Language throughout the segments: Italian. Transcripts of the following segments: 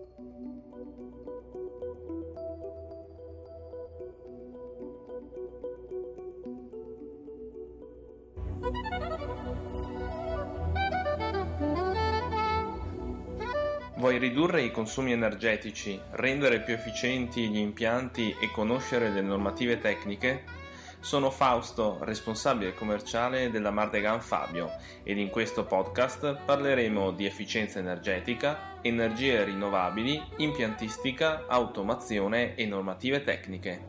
Vuoi ridurre i consumi energetici, rendere più efficienti gli impianti e conoscere le normative tecniche? Sono Fausto, responsabile commerciale della Mardegan Fabio, ed in questo podcast parleremo di efficienza energetica, energie rinnovabili, impiantistica, automazione e normative tecniche.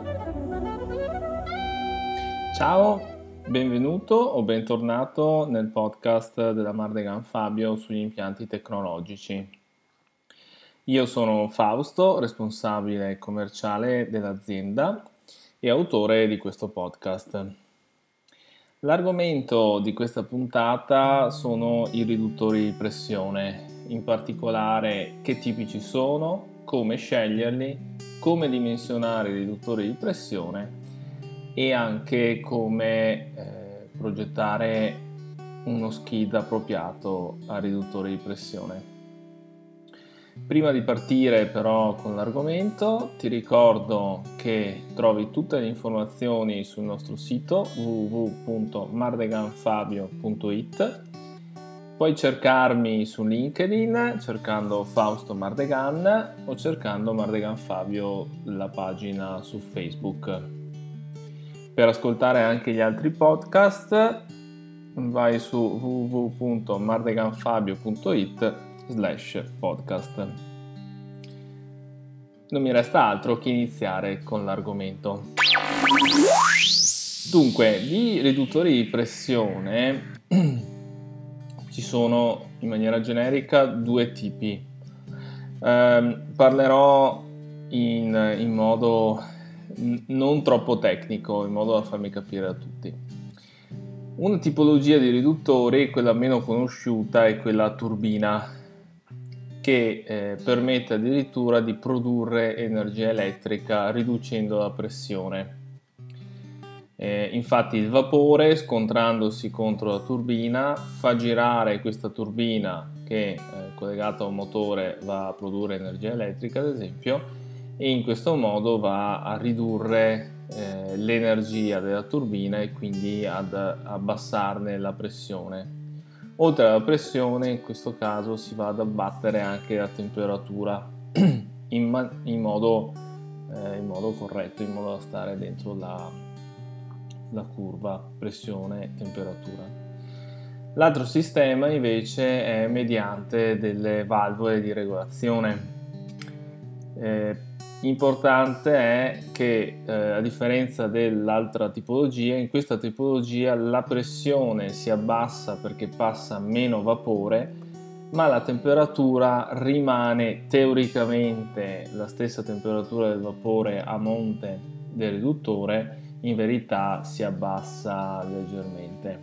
Ciao, benvenuto o bentornato nel podcast della Mardegan Fabio sugli impianti tecnologici. Io sono Fausto, responsabile commerciale dell'azienda e autore di questo podcast. L'argomento di questa puntata sono i riduttori di pressione, in particolare che tipi ci sono, come sceglierli, come dimensionare i riduttori di pressione e anche come progettare uno skid appropriato a riduttore di pressione. Prima di partire però con l'argomento ti ricordo che trovi tutte le informazioni sul nostro sito www.mardeganfabio.it. Puoi cercarmi su LinkedIn cercando Fausto Mardegan o cercando Mardegan Fabio, la pagina su Facebook. Per ascoltare anche gli altri podcast vai su www.mardeganfabio.it/podcast. Non mi resta altro che iniziare con l'argomento. Dunque, di riduttori di pressione ci sono in maniera generica due tipi. Parlerò in modo non troppo tecnico, in modo da farmi capire a tutti. Una tipologia di riduttori, quella meno conosciuta, è quella a turbina, che permette addirittura di produrre energia elettrica riducendo la pressione. Infatti il vapore, scontrandosi contro la turbina, fa girare questa turbina che collegata a un motore va a produrre energia elettrica, ad esempio, e in questo modo va a ridurre l'energia della turbina e quindi ad abbassarne la pressione. Oltre alla pressione, in questo caso si va ad abbattere anche la temperatura in modo corretto, in modo da stare dentro la curva pressione-temperatura. L'altro sistema invece è mediante delle valvole di regolazione. Importante è che a differenza dell'altra tipologia, in questa tipologia la pressione si abbassa perché passa meno vapore, ma la temperatura rimane teoricamente la stessa temperatura del vapore a monte del riduttore, in verità si abbassa leggermente.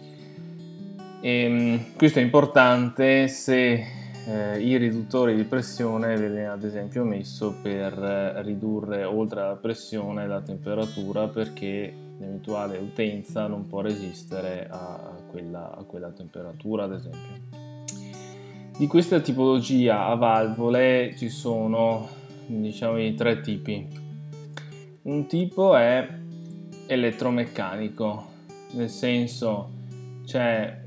Questo è importante se il riduttore di pressione viene ad esempio messo per ridurre oltre alla pressione la temperatura, perché l'eventuale utenza non può resistere a quella temperatura, ad esempio. Di questa tipologia a valvole ci sono, diciamo, i tre tipi. Un tipo è elettromeccanico, nel senso c'è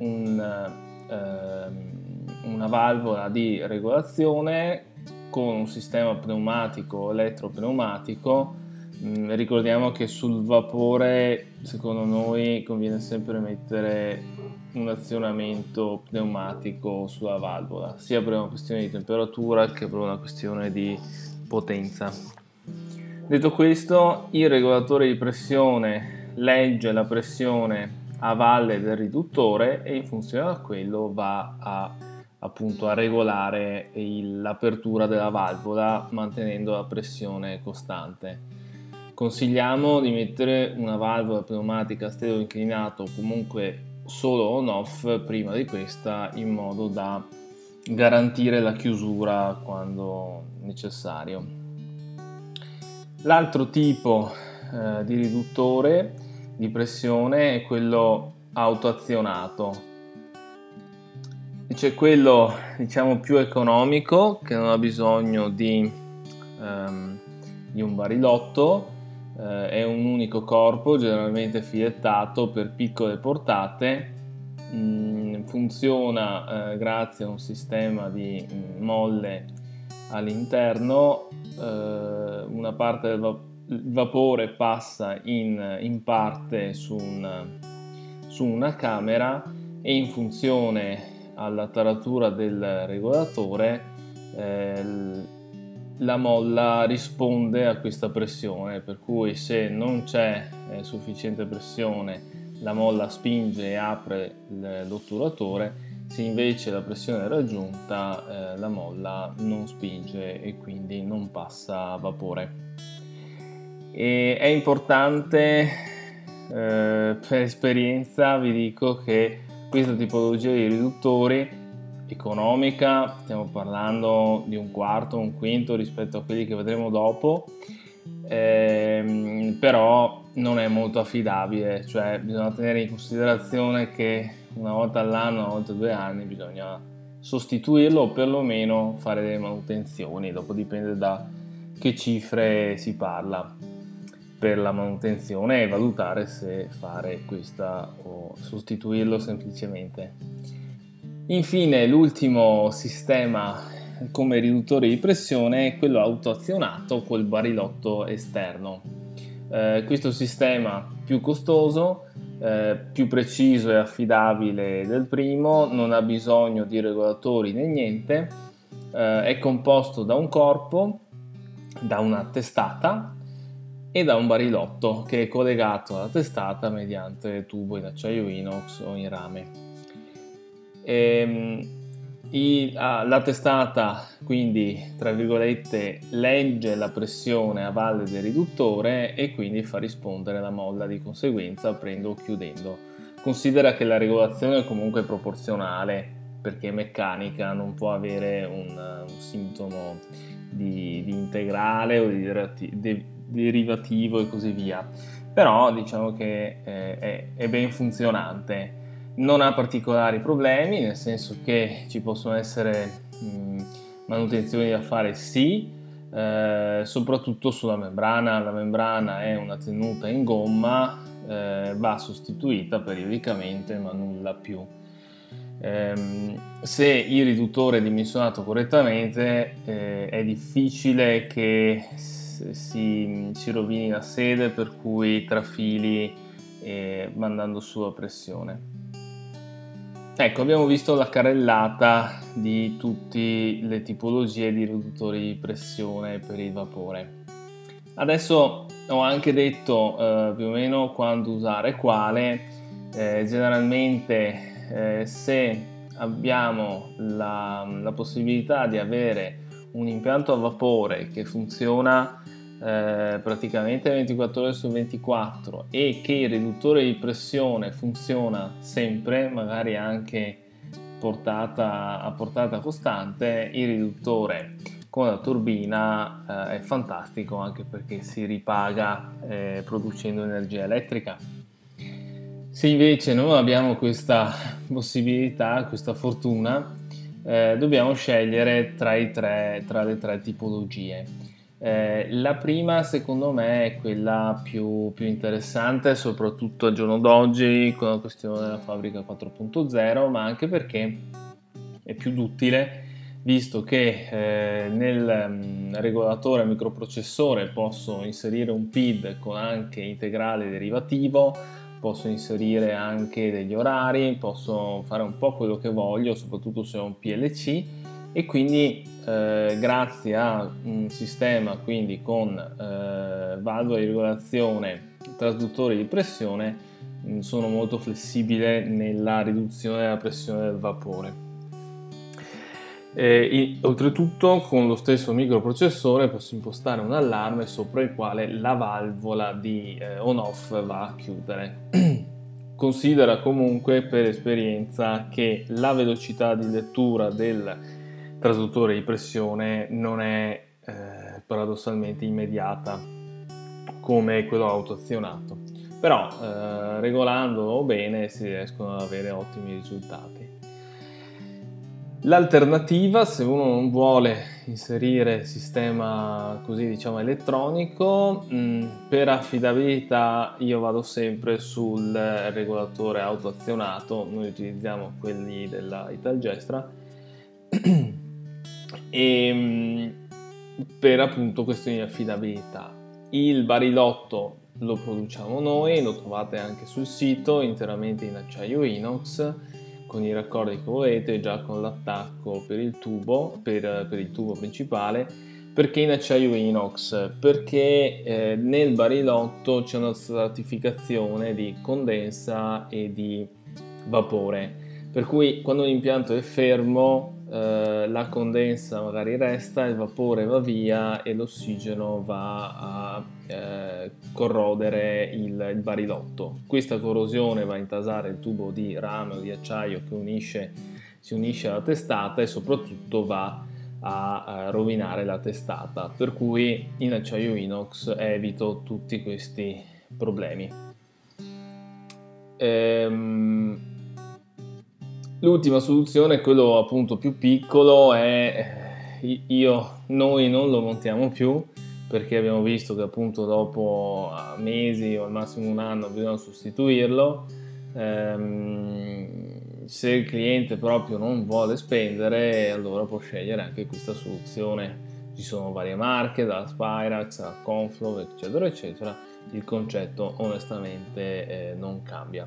una valvola di regolazione con un sistema pneumatico o elettropneumatico. Ricordiamo che sul vapore, secondo noi, conviene sempre mettere un azionamento pneumatico sulla valvola, sia per una questione di temperatura che per una questione di potenza. Detto questo, il regolatore di pressione legge la pressione a valle del riduttore e in funzione da quello va a regolare l'apertura della valvola mantenendo la pressione costante. Consigliamo di mettere una valvola pneumatica a stelo inclinato, comunque solo on-off prima di questa, in modo da garantire la chiusura quando necessario. L'altro tipo di riduttore di pressione è quello autoazionato. c'è quello, diciamo, più economico, che non ha bisogno di un barilotto, è un unico corpo, generalmente filettato per piccole portate, funziona grazie a un sistema di molle all'interno, una parte del vapore passa in parte su una camera e in funzione alla taratura del regolatore la molla risponde a questa pressione, per cui se non c'è sufficiente pressione la molla spinge e apre l'otturatore, se invece la pressione è raggiunta la molla non spinge e quindi non passa vapore. E è importante, per esperienza vi dico che questa tipologia di riduttori economica, stiamo parlando di un quarto, un quinto rispetto a quelli che vedremo dopo, però non è molto affidabile, cioè bisogna tenere in considerazione che una volta all'anno, una volta 2 anni bisogna sostituirlo o perlomeno fare delle manutenzioni, dopo dipende da che cifre si parla per la manutenzione e valutare se fare questa o sostituirlo semplicemente. Infine l'ultimo sistema come riduttore di pressione è quello autoazionato col barilotto esterno. Questo sistema più costoso, più preciso e affidabile del primo, non ha bisogno di regolatori né niente, è composto da un corpo, da una testata e da un barilotto che è collegato alla testata mediante tubo in acciaio inox o in rame. La testata quindi, tra virgolette, legge la pressione a valle del riduttore e quindi fa rispondere la molla di conseguenza aprendo o chiudendo. Considera che la regolazione è comunque proporzionale perché è meccanica, non può avere un sintomo di integrale o di derivativo e così via, però diciamo che è ben funzionante. Non ha particolari problemi, nel senso che ci possono essere manutenzioni da fare, sì, soprattutto sulla membrana. La membrana è una tenuta in gomma, va sostituita periodicamente, ma nulla più. Se il riduttore è dimensionato correttamente, è difficile che si rovini la sede, per cui trafili mandando su la pressione. Ecco, abbiamo visto la carrellata di tutte le tipologie di riduttori di pressione per il vapore. Adesso ho anche detto più o meno quando usare quale. Generalmente se abbiamo la possibilità di avere un impianto a vapore che funziona praticamente 24 ore su 24 e che il riduttore di pressione funziona sempre, magari anche a portata costante, il riduttore con la turbina è fantastico, anche perché si ripaga producendo energia elettrica. Se invece non abbiamo questa possibilità, questa fortuna, dobbiamo scegliere tra le tre tipologie. La prima secondo me è quella più interessante, soprattutto al giorno d'oggi con la questione della fabbrica 4.0, ma anche perché è più duttile, visto che nel regolatore microprocessore posso inserire un PID con anche integrale derivativo, posso inserire anche degli orari, posso fare un po' quello che voglio, soprattutto se ho un PLC, e quindi grazie a un sistema quindi con valvola di regolazione, trasduttori di pressione, sono molto flessibile nella riduzione della pressione del vapore. Oltretutto con lo stesso microprocessore posso impostare un allarme sopra il quale la valvola di on-off va a chiudere. Considera comunque per esperienza che la velocità di lettura del trasduttore di pressione non è paradossalmente immediata come quello autoazionato, però regolandolo bene si riescono ad avere ottimi risultati. L'alternativa, se uno non vuole inserire sistema così diciamo elettronico, per affidabilità io vado sempre sul regolatore autoazionato. Noi utilizziamo quelli della Italgestra e per appunto questioni di affidabilità. Il barilotto lo produciamo noi, lo trovate anche sul sito, interamente in acciaio inox, con i raccordi che volete, già con l'attacco per il tubo, per il tubo principale. Perché in acciaio inox? Perché nel barilotto c'è una stratificazione di condensa e di vapore, per cui quando l'impianto è fermo la condensa magari resta, il vapore va via e l'ossigeno va a corrodere il barilotto. Questa corrosione va a intasare il tubo di rame o di acciaio che si unisce alla testata e soprattutto va a rovinare la testata, per cui in acciaio inox evito tutti questi problemi. L'ultima soluzione, quello appunto più piccolo, è noi non lo montiamo più, perché abbiamo visto che appunto dopo mesi o al massimo un anno bisogna sostituirlo. Se il cliente proprio non vuole spendere, allora può scegliere anche questa soluzione. Ci sono varie marche, dalla Spirax a Conflow, eccetera eccetera. Il concetto onestamente non cambia.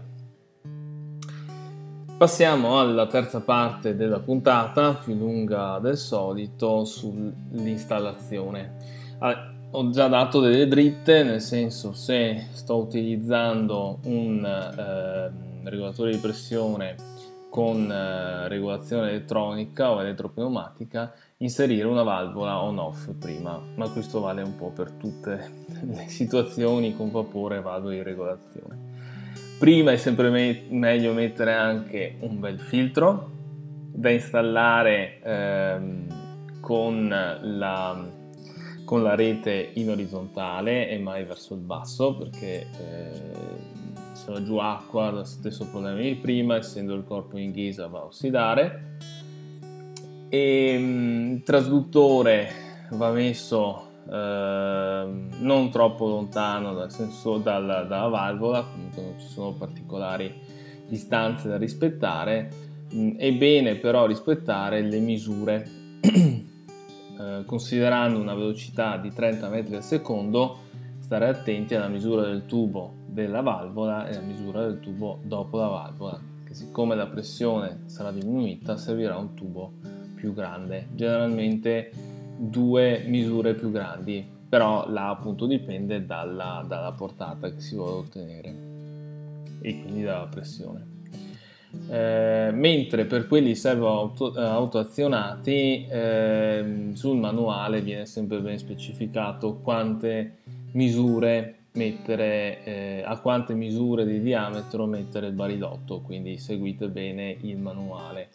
Passiamo alla terza parte della puntata, più lunga del solito, sull'installazione. Ho già dato delle dritte, nel senso, se sto utilizzando un regolatore di pressione con regolazione elettronica o eletropneumatica, inserire una valvola on-off prima, ma questo vale un po' per tutte le situazioni con vapore e valvole di regolazione. Prima è sempre meglio mettere anche un bel filtro da installare con la rete in orizzontale e mai verso il basso, perché se va giù acqua, lo stesso problema di prima, essendo il corpo in ghisa va a ossidare. E il trasduttore va messo non troppo lontano dalla valvola, comunque non ci sono particolari distanze da rispettare. È bene però rispettare le misure considerando una velocità di 30 metri al secondo, stare attenti alla misura del tubo della valvola e alla misura del tubo dopo la valvola, che siccome la pressione sarà diminuita servirà un tubo più grande, generalmente 2 misure più grandi, però là appunto dipende dalla portata che si vuole ottenere e quindi dalla pressione. Mentre per quelli servo autoazionati sul manuale viene sempre ben specificato quante misure mettere, a quante misure di diametro mettere il barilotto, quindi seguite bene il manuale.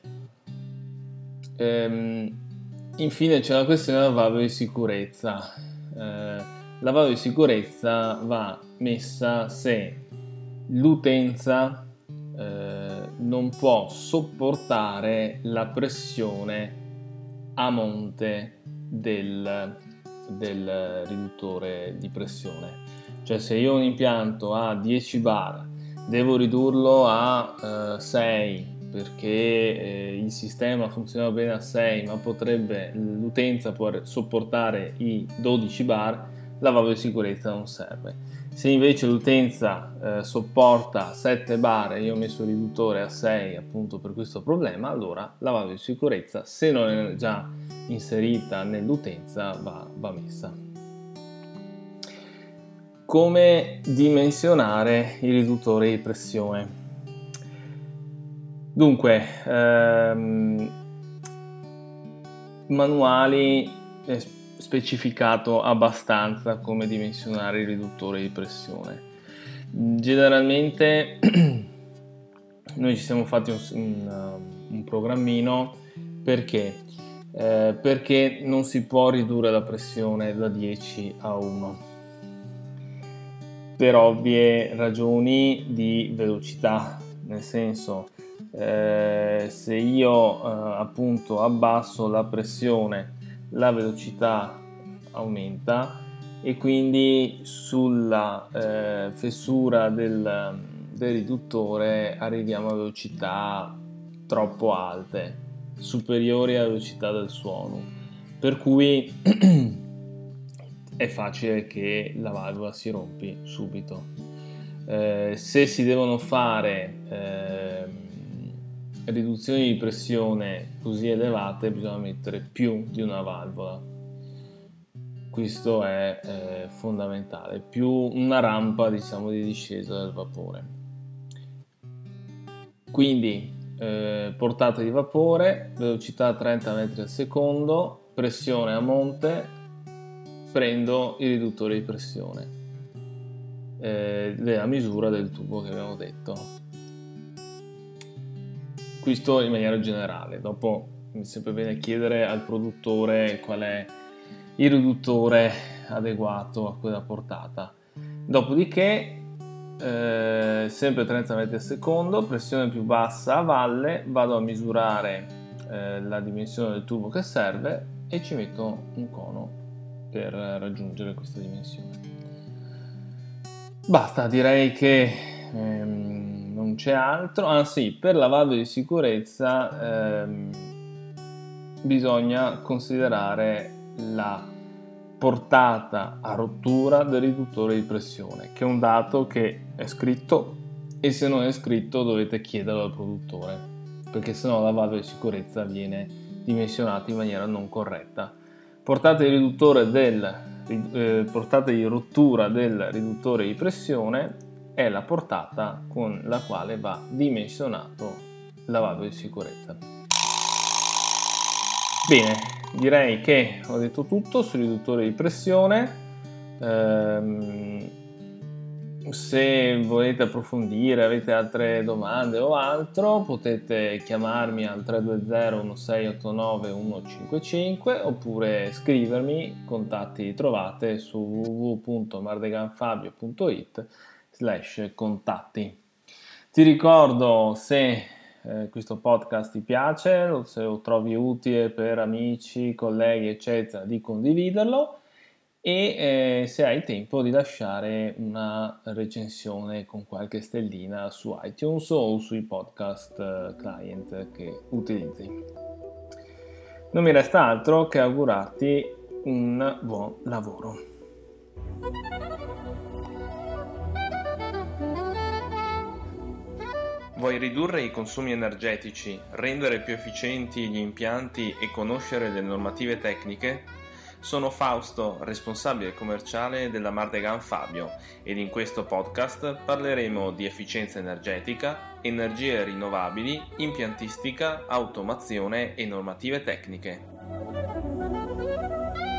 Infine c'è la questione della valvola di sicurezza. La valvola di sicurezza va messa se l'utenza non può sopportare la pressione a monte del riduttore di pressione. Cioè, se io ho un impianto a 10 bar, devo ridurlo a 6 perché il sistema funziona bene a 6, ma l'utenza può sopportare i 12 bar, la valvola di sicurezza non serve. Se invece l'utenza sopporta 7 bar e io ho messo il riduttore a 6 appunto per questo problema, allora la valvola di sicurezza, se non è già inserita nell'utenza, va messa. Come dimensionare il riduttore di pressione? Dunque, manuali specificato abbastanza come dimensionare il riduttore di pressione. Generalmente noi ci siamo fatti un programmino perché non si può ridurre la pressione da 10 a 1 per ovvie ragioni di velocità, nel senso Se io appunto abbasso la pressione, la velocità aumenta e quindi sulla fessura del riduttore arriviamo a velocità troppo alte, superiori alla velocità del suono, per cui è facile che la valvola si rompi subito. Se si devono fare riduzioni di pressione così elevate, bisogna mettere più di una valvola. Questo è fondamentale, più una rampa, diciamo, di discesa del vapore. Quindi portata di vapore, velocità 30 metri al secondo, pressione a monte, prendo il riduttore di pressione, della misura del tubo che abbiamo detto. Questo in maniera generale. Dopo mi è sempre bene chiedere al produttore qual è il riduttore adeguato a quella portata. Dopodiché sempre 30 metri al secondo, pressione più bassa a valle, vado a misurare la dimensione del tubo che serve e ci metto un cono per raggiungere questa dimensione. Basta, direi che non c'è altro. Sì, per la valvola di sicurezza bisogna considerare la portata a rottura del riduttore di pressione, che è un dato che è scritto, e se non è scritto dovete chiederlo al produttore, perché sennò la valvola di sicurezza viene dimensionata in maniera non corretta. Portata di rottura del riduttore di pressione è la portata con la quale va dimensionato la valvola di sicurezza. Bene, direi che ho detto tutto sul riduttore di pressione. Se volete approfondire, avete altre domande o altro, potete chiamarmi al 320 1689 155 oppure scrivermi. Contatti li trovate su www.mardeganfabio.it/contatti. Ti ricordo, se questo podcast ti piace, se lo trovi utile per amici, colleghi, eccetera, di condividerlo e se hai tempo di lasciare una recensione con qualche stellina su iTunes o sui podcast client che utilizzi. Non mi resta altro che augurarti un buon lavoro. Vuoi ridurre i consumi energetici, rendere più efficienti gli impianti e conoscere le normative tecniche? Sono Fausto, responsabile commerciale della Mardegan Fabio, ed in questo podcast parleremo di efficienza energetica, energie rinnovabili, impiantistica, automazione e normative tecniche.